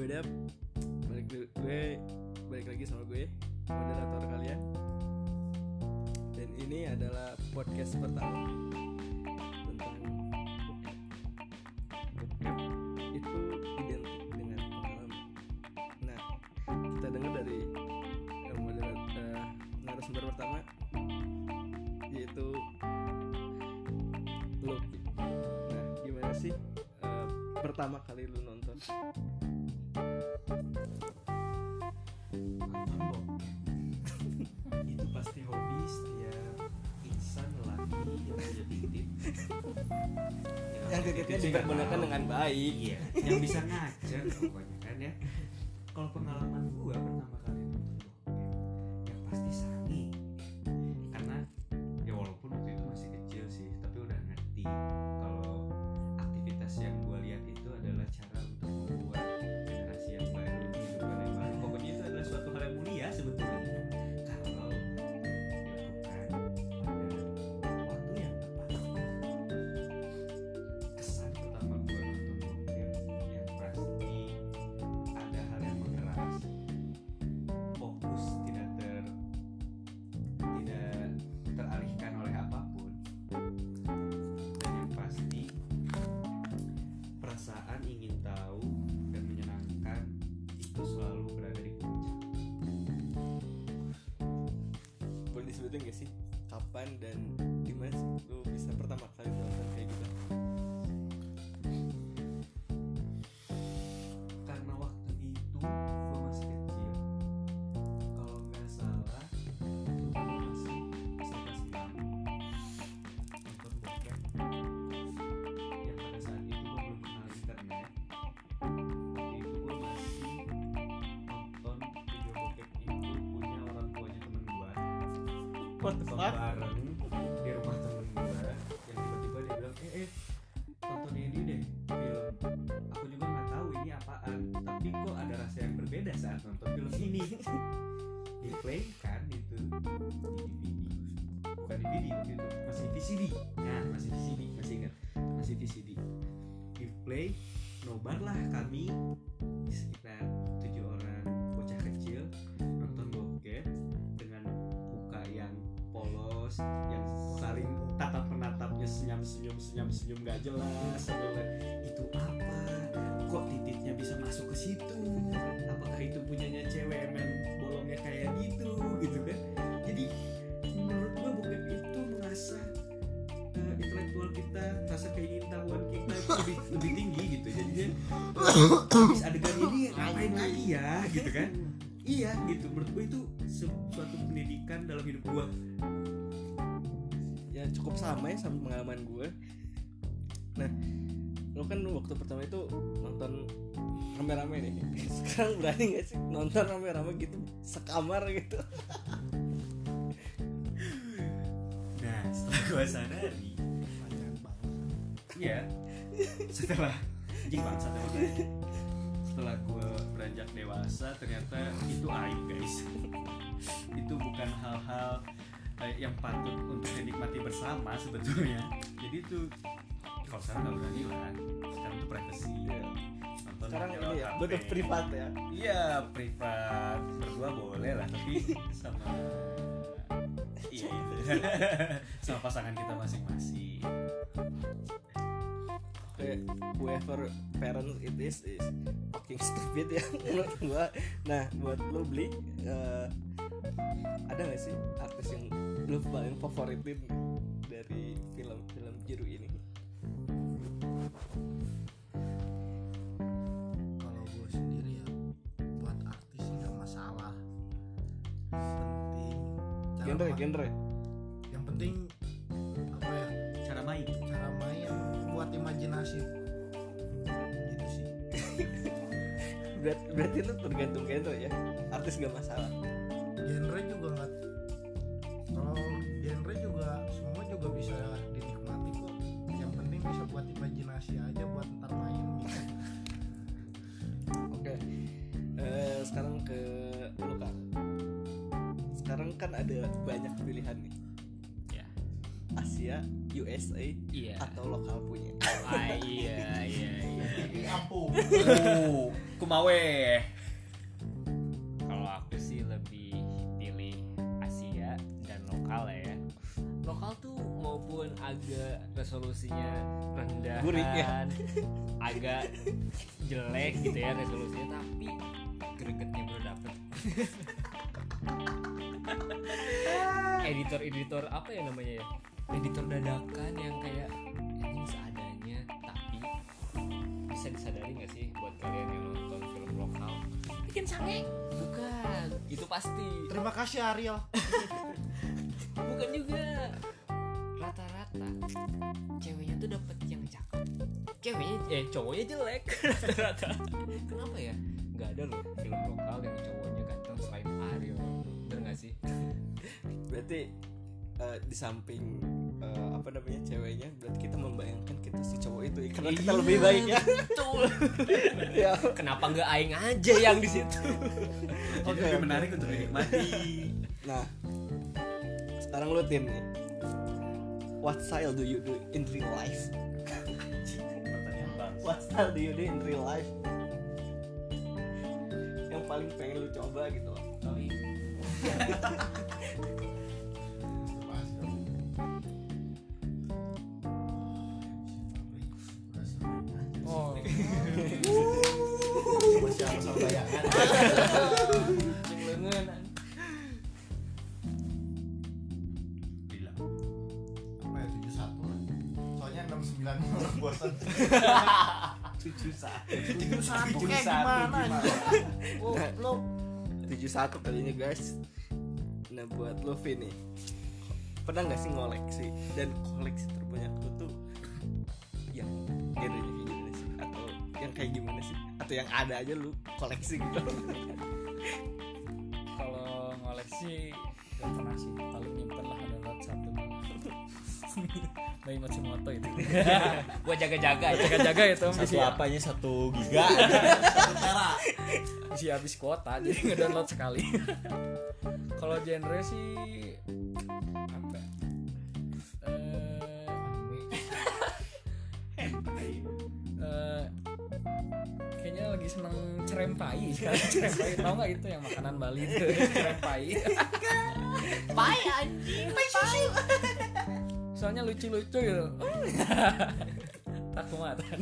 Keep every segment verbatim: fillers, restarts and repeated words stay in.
Wadap, balik gue balik lagi sama gue, moderator kalian. Dan ini adalah podcast pertama tentang bokep. Bokep itu identik dengan pengalaman. Nah, kita dengar dari uh, moderator uh, narasumber pertama, yaitu Loki. Nah, gimana sih uh, pertama kali lu nonton? Nonton bokep itu pasti hobi setiap insan lelaki yang punya titik Yang titiknya dipergunakan dengan baik. Iya, yang bisa ngajar pokoknya kan ya. Kalau pengalaman gua pertama kali nonton bokep yang pasti sange, karena ya walaupun waktu itu masih kecil sih, tapi udah ngerti kalau aktivitas yang gua lihat itu adalah cara untuk membuat generasi yang baru, kehidupan yang baru. Pokoknya itu adalah suatu hal yang mulia sebetulnya kalau dilakukan pada waktu yang tepat. Kesan pertama gua nonton bokep yang pasti ada hal yang mengeras, fokus tidak ter tidak teralihkan oleh apapun, dan yang pasti perasaan ingin tahu dan menyenangkan itu selalu berada di puncak. Boleh disebutin gak sih kapan dan dimana sih lu bisa pertama kali nonton kayak gitu? Karena waktu itu gue masih kecil, kalau nggak salah itu gue masih S M P kelas enam, nonton bokep yang pada saat itu gue belum kenal internet. Waktu itu gue masih nonton video bokep itu punya orang tuanya temen gue, What the nonton fuck? bareng di rumah temen gue, yang tiba-tiba dia bilang eh eh tonton ini deh film. Aku juga nggak tahu ini apaan, tapi kok ada rasa yang berbeda saat nonton film ini. Di play kan itu di D V D, bukan D V D waktu itu, masih V C D. Nah masih V C D, masih ingat, masih V C D. Di play, nobarlah kami sekitar tujuh orang bocah kecil nonton bokep dengan muka yang polos, yang saling tatap menatapnya, senyum senyum senyum senyum gak jelas. Sambil itu apa? Kok titiknya bisa masuk ke situ? Apakah itu punyanya cewek emang bolongnya kayak gitu, gitu kan? Jadi menurut gua bokep itu merasa uh, intelektual kita, rasa keingintahuan kita itu lebih lebih tinggi gitu. Jadinya uh, habis adegan ini ngapain lagi ya, gitu kan? Iya gitu. Menurut gua itu suatu pendidikan dalam hidup gua. Ya cukup sama ya sama pengalaman gue. Nah, lo kan waktu pertama itu nonton rame-rame nih. Sekarang berani gak sih nonton rame-rame gitu, sekamar gitu? Nah setelah gua sadari, iya, setelah anjing bangsat emang saya. Setelah gue beranjak dewasa, ternyata itu aib guys. Itu bukan hal-hal eh, yang patut untuk dinikmati bersama sebetulnya. Jadi itu kalau sekarang nggak berani lah. Sekarang itu privacy. Nonton Sekarang lewat ini ya, H P. betul privat ya. Iya privat, berdua boleh lah, tapi sama iya itu sama pasangan kita masing-masing. Kayak whoever parent it is is fucking stupid ya menurut gua. Nah, buat lo beli uh, ada nggak sih artis yang lo paling favoritin dari film-film Jiru ini? Kalau gue sendiri ya, buat artis sih nggak masalah. Penting cara Genre, ma- genre. yang penting apa ya, Cara main. cara main buat imajinasi gitu sih. Berat, berarti itu tergantung genre ya. Artis gak masalah. Genre juga nggak, kalau genre juga semua juga bisa dinikmati kok. Yang penting bisa buat imajinasi aja, buat ntar main gitu. Oke. Eh, sekarang ke lu Kak. Sekarang kan ada banyak pilihan nih. Ya. Asia, U S A, Iya. atau lokal punya? Ah, iya iya iya. Ini ampun. Uh, kumawe. Kalau aku sih lebih pilih Asia dan lokal ya. Lokal tuh maupun agak resolusinya rendah, Burik ya? agak jelek gitu ya resolusinya, tapi gregetnya baru dapet. Editor-editor apa ya namanya ya? Editor dadakan yang kayak ini seadanya, tapi bisa disadari nggak sih buat kalian yang nonton film lokal? Bikin sange? Bukan, itu pasti. Terima kasih Ariel. Bukan juga. Rata-rata ceweknya tuh dapet yang cakep, ceweknya eh cowoknya jelek rata-rata. Kenapa ya? Nggak ada loh film lokal yang cowoknya ganteng selain Ariel. Bener nggak sih? Berarti uh, di samping uh, apa namanya ceweknya, berarti kita membayangkan kita si cowok itu ya, karena kita Iya, lebih baik ya. Betul. Ya. Kenapa nggak aing aja yang di situ? Jadi Oke, lebih oke. menarik untuk dinikmati. Nah, sekarang lu Tin nih. What style do you do in real life? Pertanyaan bang. What style do you do in real life? Yang paling pengen lu coba gitu loh. Kali. Oh. Masih aku sama bayangan. Bila. Apa ya tujuh satu lah. Soalnya enam sembilan orang bosan. tujuh satu tujuh satu tujuh kayak satu gimana? gimana? Oh, lo tujuh satu kali ini guys. Nah buat Luffy nih, pernah nggak sih ngoleksi, dan koleksi terbanyak lu tuh yang genrenya kayak gimana sih, atau yang kayak gimana sih, atau yang ada aja lu koleksi gitu? Kalau ngoleksi gak pernah sih, paling nyimpen lah ada lot satu Bayi Matsumoto itu Gua jaga-jaga ya. jaga-jaga itu Satu mesti apanya satu giga. mesti habis kuota jadi ngedownload sekali. Kalau genre sih apa ya? Eh, eh, kayaknya lagi seneng cerempai sekarang. Cerempai tau nggak itu yang makanan Bali itu cerempai. Pai anjing, pai susu. Soalnya lucu-lucu gitu. Takumatan.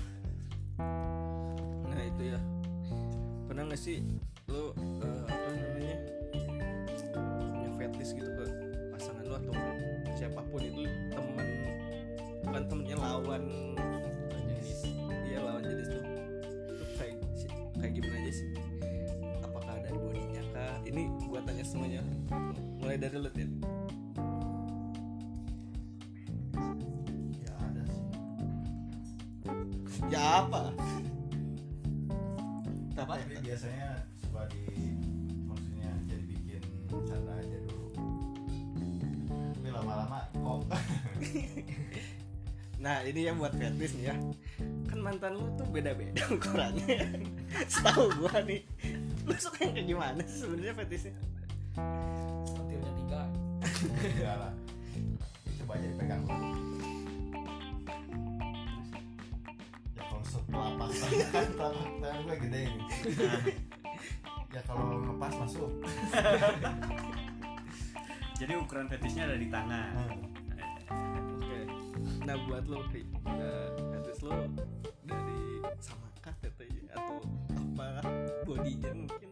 Nah itu ya, pernah nggak sih lu eh, apa namanya punya fetish gitu ke pasangan lu atau siapapun itu, teman, bukan temennya, lawan jenis, iya lawan jenis tuh, tuh kayak kayak gimana aja sih? Apakah dari bodinya kah? Ini gua tanya semuanya, mulai dari lu Tin. ya ada sih. Ya apa? Apa? Tapi biasanya suka di maksudnya jadi bikin canda aja dulu. Tapi lama-lama kok Nah ini yang buat fetish nih ya. Kan mantan lu tuh beda-beda ukurannya. Setahu gua nih, lu suka yang kayak gimana sih sebenarnya fetishnya? Sentilnya tiga. ya lah. Coba aja dipegang lah. Ya kalau setelah pasang kan telapak tangan gue gede ini. Ya kalau ngepas masuk. Jadi ukuran fetishnya ada di tangan. Oke. Nah buat lo, Vi, uh, fetish lo dari sama kah tetenya atau apa bodinya mungkin?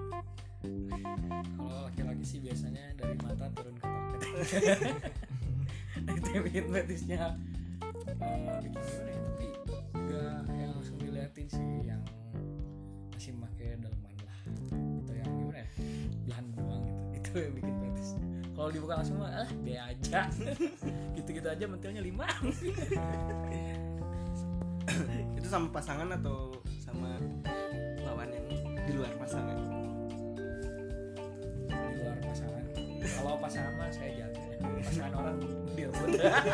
Kalau laki-laki sih biasanya dari mata turun ke toket. Itu yang bikin fetishnya eh, bikin gimana ya, tapi gak yang langsung diliatin sih, yang masih pakai daleman lah, atau yang gimana ya, belahan doang gitu. Itu yang bikin fetish. Kalau dibuka langsung mah ah be aja. Gitu-gitu aja mentilnya lima. Itu sama pasangan atau sama lawan yang di luar pasangan? Di luar pasangan. Kalau pasangan mah saya jaga. Pasangan orang direbut.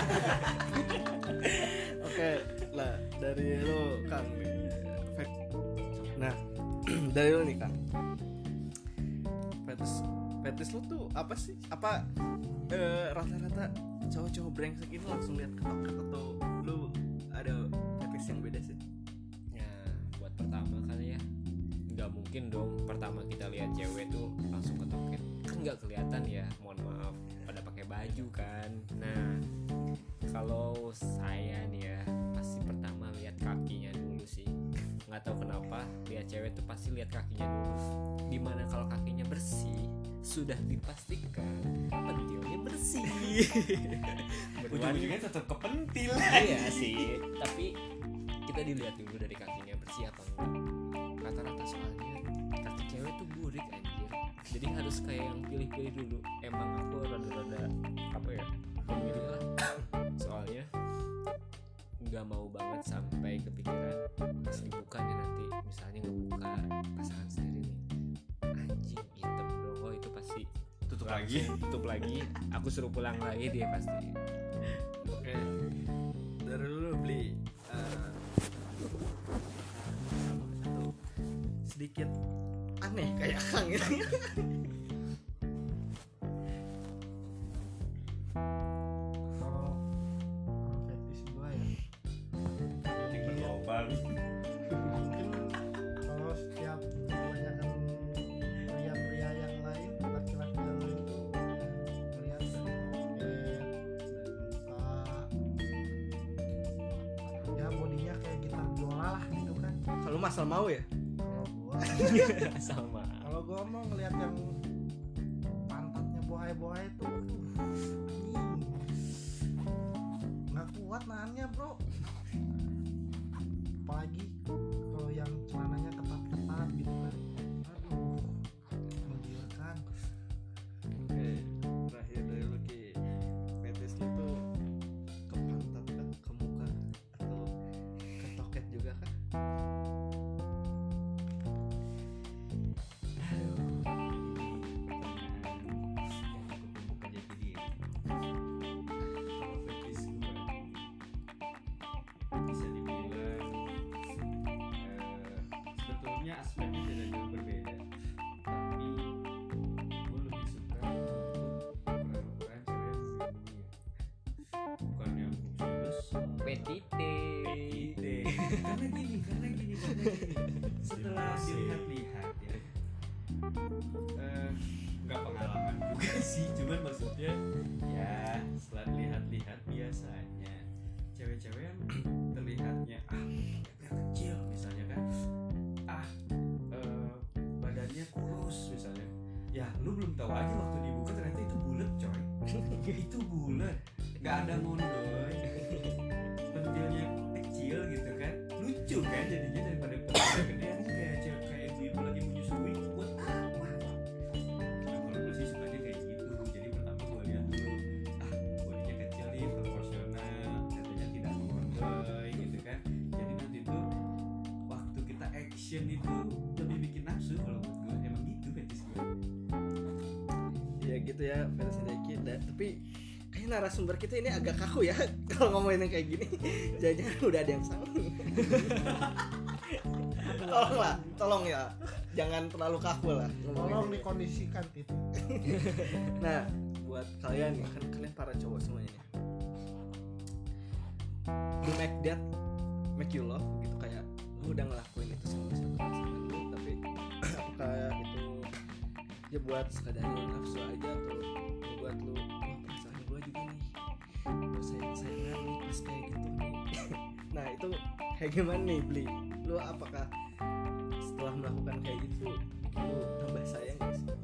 Oke lah, dari lo Kang nih. Fet- Nah dari lo nih Kang, fetish fetish lu tuh apa sih? Apa eh, rata-rata cowok-cowok brengsek ini langsung lihat ketoket atau lu ada fetish yang beda sih? Ya buat pertama kali ya nggak mungkin dong pertama kita lihat cewek tuh langsung ketoket, kan nggak kelihatan ya, mohon maaf, pada pakai baju kan. Nah kalau saya nih ya pasti pertama lihat kakinya dulu sih, nggak tahu kenapa lihat cewek tuh pasti lihat kakinya dulu, dimana kalau kakinya bersih sudah dipastikan pentilnya bersih. Ujung-ujungnya tetap kepentil. Iya sih, tapi kita dilihat dulu dari kakinya bersih apa enggak. Rata-rata soalnya kaki cewek tuh burik anjir, jadi harus kayak yang pilih-pilih dulu. Emang aku rada-rada apa ya, pemilih lah. Soalnya nggak mau banget sampai kepikiran pas dibuka nih nanti, misalnya ngebuka pasangan sendiri nih, anjing hitam dong, oh itu pasti Tutup lagi. tutup lagi, aku suruh pulang lagi dia pasti. Oke. Dari dulu beli eh, satu sedikit aneh kayak Kang ini. Kalau kalau fetish gua ya Global. mungkin kalau setiap kebanyakan pria-pria yang lain, laki-laki yang lain tuh melihat dari toket, muka, ya bodinya kayak gitar biola lah gitu kan. Kalau masal mau ya? Kalau gua Sama. kalau gua mau ngelihat yang pantatnya bohai-bohai tuh, anjing, nggak kuat nahannya bro. Apalagi kalau yang celananya ketat-ketat gitu kan, aduh, menggiurkan. Oke, terakhir dari lu Ki, fetish lu tuh ke pantat kah? Ke muka atau ke toket juga kah? Bisa dibilang eh, sebetulnya aspeknya tidak jauh berbeda, tapi gue lebih suka untuk ukuran-ukuran cewek yang bumi-bumi ya, bukan yang fungsi besar. Petite. Petite. Karena gini, karena gini, karena gini. Setelah dilihat-lihat ya, eh, nggak pengalaman juga sih, cuman maksudnya ya setelah dilihat-lihat biasanya cewek-cewek yang terlihatnya ah mulutnya kecil misalnya kan, ah eh, badannya kurus misalnya, ya lu belum tahu aja waktu dibuka ternyata itu bulat coy. Itu bulat, nggak ada ngondoy, pentilnya kecil gitu kan, lucu kan jadinya daripada pentilnya gede kan kayak cewek kayak ibu lagi menyusui buat apa. Nah kalau gue sih sukanya kayak gitu, jadi pertama gue lihat dulu ah bodinya kecil nih, proporsional, katanya tidak mengondoy gitu kan, jadi nanti tuh waktu kita action itu lebih bikin nafsu. Kalau buat gue emang gitu fetish gue. Ya gitu ya, fetish Deki. Da- Tapi kayaknya narasumber kita ini agak kaku ya kalau ngomongin yang kayak gini. Jangan-jangan udah ada yang sang. Tolonglah, tolong ya. Jangan terlalu kaku lah. Tolong dikondisikan titik. Nah, buat kalian ya, kan kalian para cowok semuanya nih. You make that make you love gitu, kayak lu udah ngelakuin itu sama satu pasangan lu, tapi apakah itu ya buat sekadar lu nafsu aja atau buat lu wah perasaan gua juga nih gua sayang-sayangan nih pas kayak gitu nih. Nah itu kayak gimana nih Bli? Lu apakah setelah melakukan kayak gitu bikin lu tambah sayang gak sih?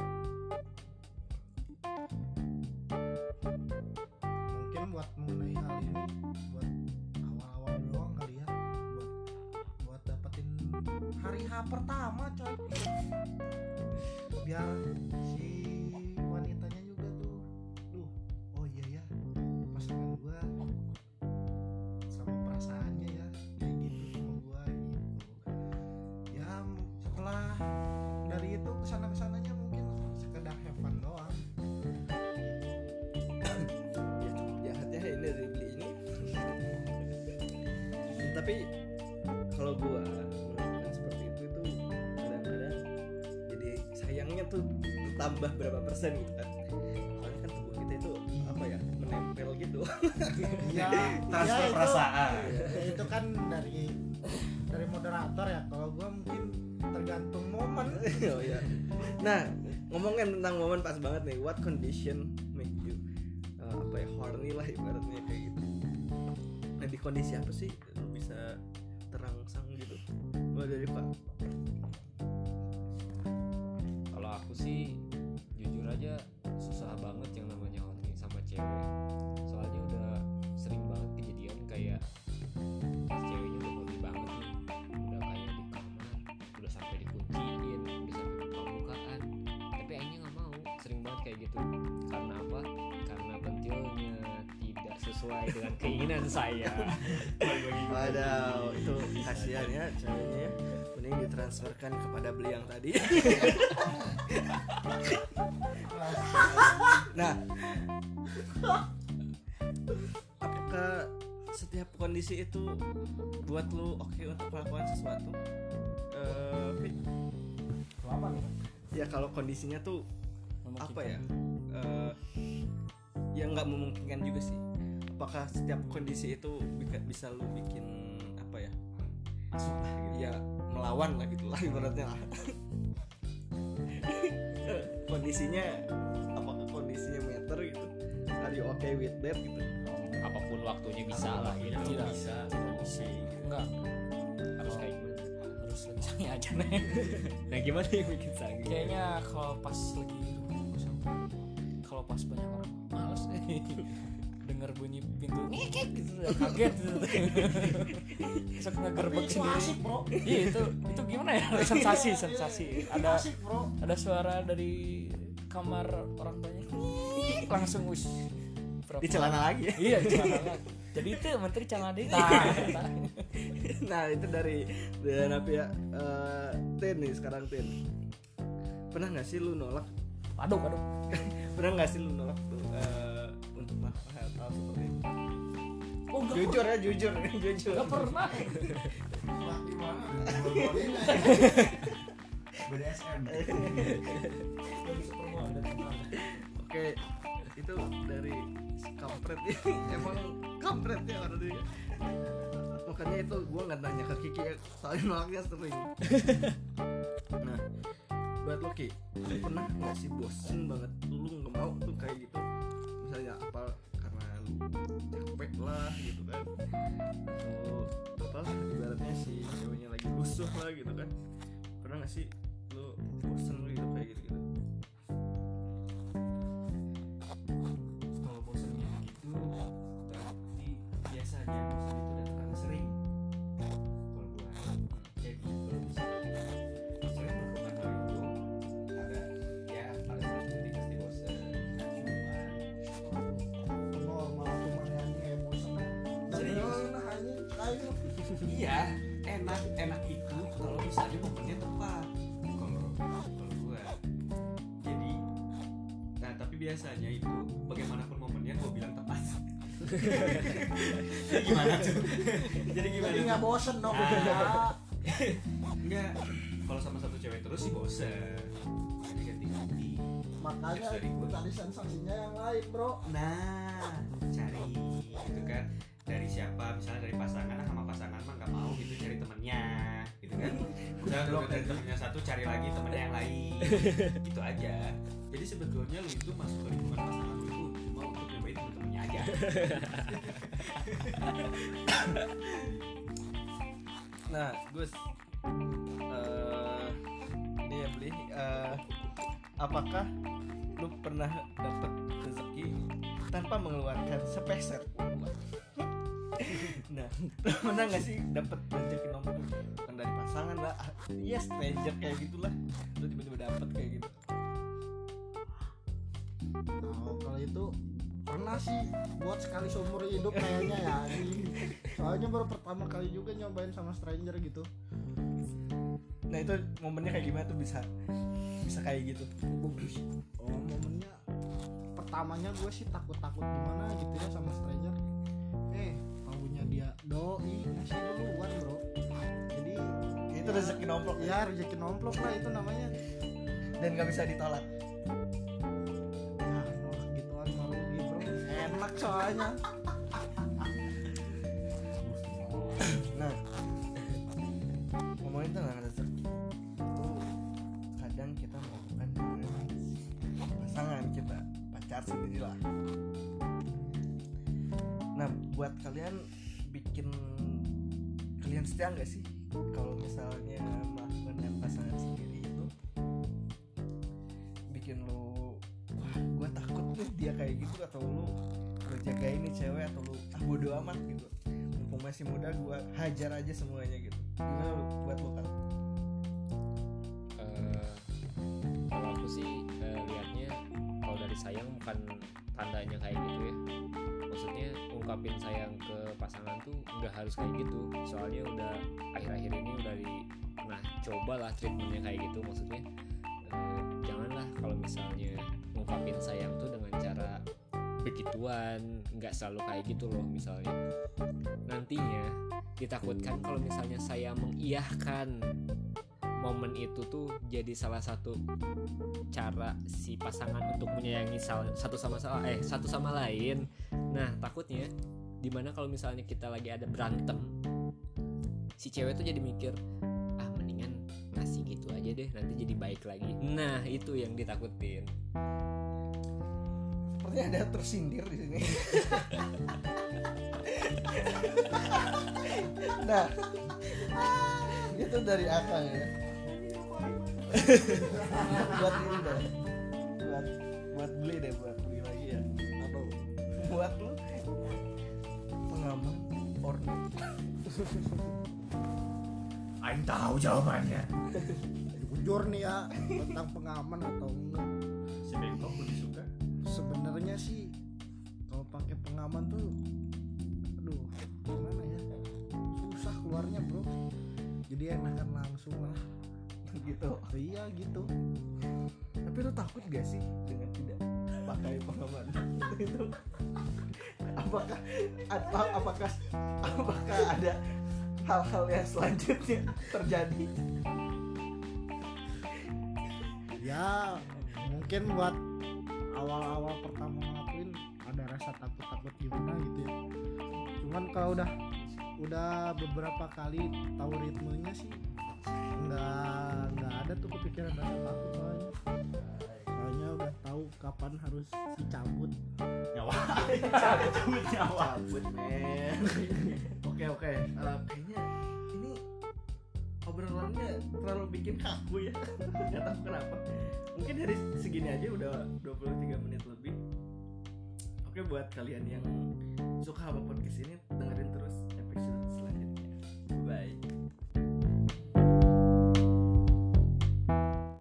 Mungkin buat mengenai hal ini, buat awal-awal doang kali ya, buat buat dapetin hari H pertama coy, biar si wanitanya juga tuh, duh, oh iya ya, pasangan gua sama perasaannya ya kayak gitu sama gua gitu. Ya setelah dari itu kesana kesananya mungkin sekedar have fun doang. Ya cukup jahat ya ini dari Bli ini. Tapi kalau gua melakukan seperti itu itu kadang-kadang jadi sayangnya tuh tambah berapa persen gitu kan. Soalnya kan tubuh kita itu apa ya, menempel gitu. ya, Transfer ya itu, perasaan. ya itu kan dari dari moderator ya. Kalau gua mungkin tergantung momen. Oh iya. Nah, ngomongin tentang momen pas banget nih. What condition make you uh, apa ya, horny lah ibaratnya kayak gitu. Nah, di kondisi apa sih lu bisa terangsang gitu? Mulai dari Pak. Kalau aku sih jujur aja susah banget yang namanya horny sama cewek. Soalnya udah sering banget kejadian kayak pas ceweknya udah horny banget nih, udah kayak di kamar, udah sampai dikunciin, udah sampai buka-bukaan, tapi akhirnya nggak mau. Sering banget kayak gitu. Karena apa? Karena pentilnya tidak sesuai dengan keinginan saya. Waduh, itu kasihan ya ceweknya ya. Mending ditransferkan kepada beli yang tadi. Nah, apakah setiap kondisi itu buat lu oke untuk melakukan sesuatu? Eh, Fit? Lama nih. Ya kalau kondisinya tuh apa ya? Eh, yang nggak memungkinkan juga sih. Apakah setiap kondisi itu bika- bisa lu bikin apa ya? Masuk lah gitu. Ya melawan lah gitu lah ibaratnya lah. Kondisinya apakah kondisinya meter gitu? Are you okay with that gitu? Apapun waktunya bisa lah gitu. Tidak. Bisa. Tidak bisa. Enggak. Harus kayak gimana? Harus sange aja nih. Nah gimana yang bikin sange? Kayaknya kalau pas lagi nunggu sampai kalau pas banyak orang males nih. Dengar bunyi pintu ngekek gitu udah kaget gitu. Besok ngegerbek Itu sendiri. asik, bro. Iya itu itu gimana ya? Sensasi, sensasi. Itu Ada asik, bro. ada suara dari kamar orang banyak. Langsung wis. Di celana lagi ya? Iya, di celana lagi. Jadi itu menteri celana di. Nah, Nah itu dari dari apa ya? Uh, Tin nih sekarang Tin. Pernah nggak sih lu nolak? aduh, aduh. Pernah nggak sih lu nolak tuh uh, untuk melakukan hal hal seperti itu? Oh, enggak. Jujur ya, jujur, jujur. Enggak pernah. Wah, gimana? B D S M. Oke, itu dari si kampret ini emang kampret ya orang dia. Makanya itu gue nggak nanya ke Kiki ya, soalnya nolaknya sering. Nah, buat lo Ki, lu pernah nggak sih bosen banget, lu nggak mau tuh kayak gitu? Misalnya apa karena lu capek lah gitu kan, atau apa ibaratnya si ceweknya lagi busuh lah gitu kan? Pernah nggak sih lu bosen gitu kayak gitu gitu? Kalau bosannya gitu, tapi biasanya bosan itu datang karena sering. Kalau gua, jadi kalau bisa sering melakukan hal itu, ada ya pada suatu titik pasti bosan. Cuma Normal cuma yang emosi. Serius? Nah, anjing, kayu. iya, enak enak itu kalau misalnya momennya tepat. Kalau kalau gua, jadi, nah tapi biasanya itu bagaimanapun momennya gua bilang tepat. Jadi gimana tuh? Jadi gimana? Jadi tuh? nggak bosen dong. Ah. Ya. Enggak, kalau sama satu cewek terus sih bosen. Jadi ganti-ganti. Makanya Tips dari itu gua. tadi sensasinya yang lain, bro. Nah, cari gitu kan. Dari siapa? Misalnya dari pasangan, nah sama pasangan mah nggak mau gitu, cari temennya, gitu kan. Misalnya udah dari temennya satu, cari lagi temennya yang lain. Gitu aja. Jadi sebetulnya lu itu masuk ke lingkungan pasangan lu itu cuma untuk nyobain temen-temennya aja. Nah, Gus, uh, ini ya beli. Uh, apakah lu pernah dapat rezeki tanpa mengeluarkan sepeser uang? Nah, pernah nggak sih dapat rezeki nomor bukan dari pasangan lah, ya stranger kayak gitulah, lu tiba-tiba dapat kayak gitu? Nah, kalau itu pernah sih buat sekali seumur hidup kayaknya ya. anjing. Soalnya baru pertama kali juga nyobain sama stranger gitu. Nah itu momennya kayak gimana tuh bisa bisa kayak gitu? Oh, momennya pertamanya gue sih takut-takut gimana gitu ya sama stranger. Eh, tahunya dia doi ngasih duluan, bro. Jadi Itu rezeki nomplok ya rezeki nomplok lah itu namanya. dan nggak bisa ditolak. enak soalnya. Nah, ngomongin tentang rezeki itu kadang kita melakukan dengan pasangan kita, pacar sendirilah. Nah, buat kalian bikin kalian setia nggak sih kalau misalnya melakukan dengan pasangan sendiri itu bikin lu, wah gue takut nih dia kayak gitu, atau lu lu jagain nih cewek, atau lu ah bodo amat gitu, mumpung masih muda gue hajar aja semuanya gitu. Gimana lu buat lu kan? Eh, kalau aku sih eh, lihatnya kalau dari sayang bukan tandanya kayak gitu ya. Maksudnya ungkapin sayang ke pasangan tuh nggak harus kayak gitu. Soalnya udah akhir-akhir ini udah di pernah coba lah treatmentnya kayak gitu. Maksudnya eh, janganlah kalau misalnya ungkapin sayang tuh dengan cara begituan, nggak selalu kayak gitu loh. Misalnya nantinya ditakutkan kalau misalnya saya mengiyahkan momen itu tuh jadi salah satu cara si pasangan untuk menyayangi satu sama sama eh satu sama lain. Nah takutnya dimana kalau misalnya kita lagi ada berantem, si cewek tuh jadi mikir, ah mendingan ngasih gitu aja deh, nanti jadi baik lagi. Nah itu yang ditakutin. Sepertinya ada yang tersindir di sini. Nah, itu dari Akang ya. Buat ini deh, buat buat beli deh, buat beli lagi ya. Apa? Buat lu pengaman ornet. Aing tahu jawabannya. Jujur nih ya tentang pengaman atau enggak. Si Bengkok lebih suka. Sebenarnya sih kalau pakai pengaman tuh, aduh, gimana ya? Susah keluarnya bro. Jadi enakan langsung lah. Gitu. Oh, iya gitu. Tapi lu takut gak sih dengan tidak pakai pengaman itu? Apakah ap- apakah apakah ada hal-hal yang selanjutnya terjadi? Ya mungkin buat awal-awal pertama ngelakuin ada rasa takut-takut gimana gitu ya. Cuman kalau udah udah beberapa kali tahu ritmenya sih nggak nggak ada tuh kepikiran rasa takut soalnya. Soalnya udah tahu kapan harus dicabut. Nyawa. Cabut nyawa. Cabut men. Oke oke. Eh, kayaknya ini obrolannya terlalu bikin kaku ya. Nggak tahu kenapa. Mungkin dari segini aja udah dua puluh tiga menit lebih. Oke, buat kalian yang suka sama podcast ini, dengerin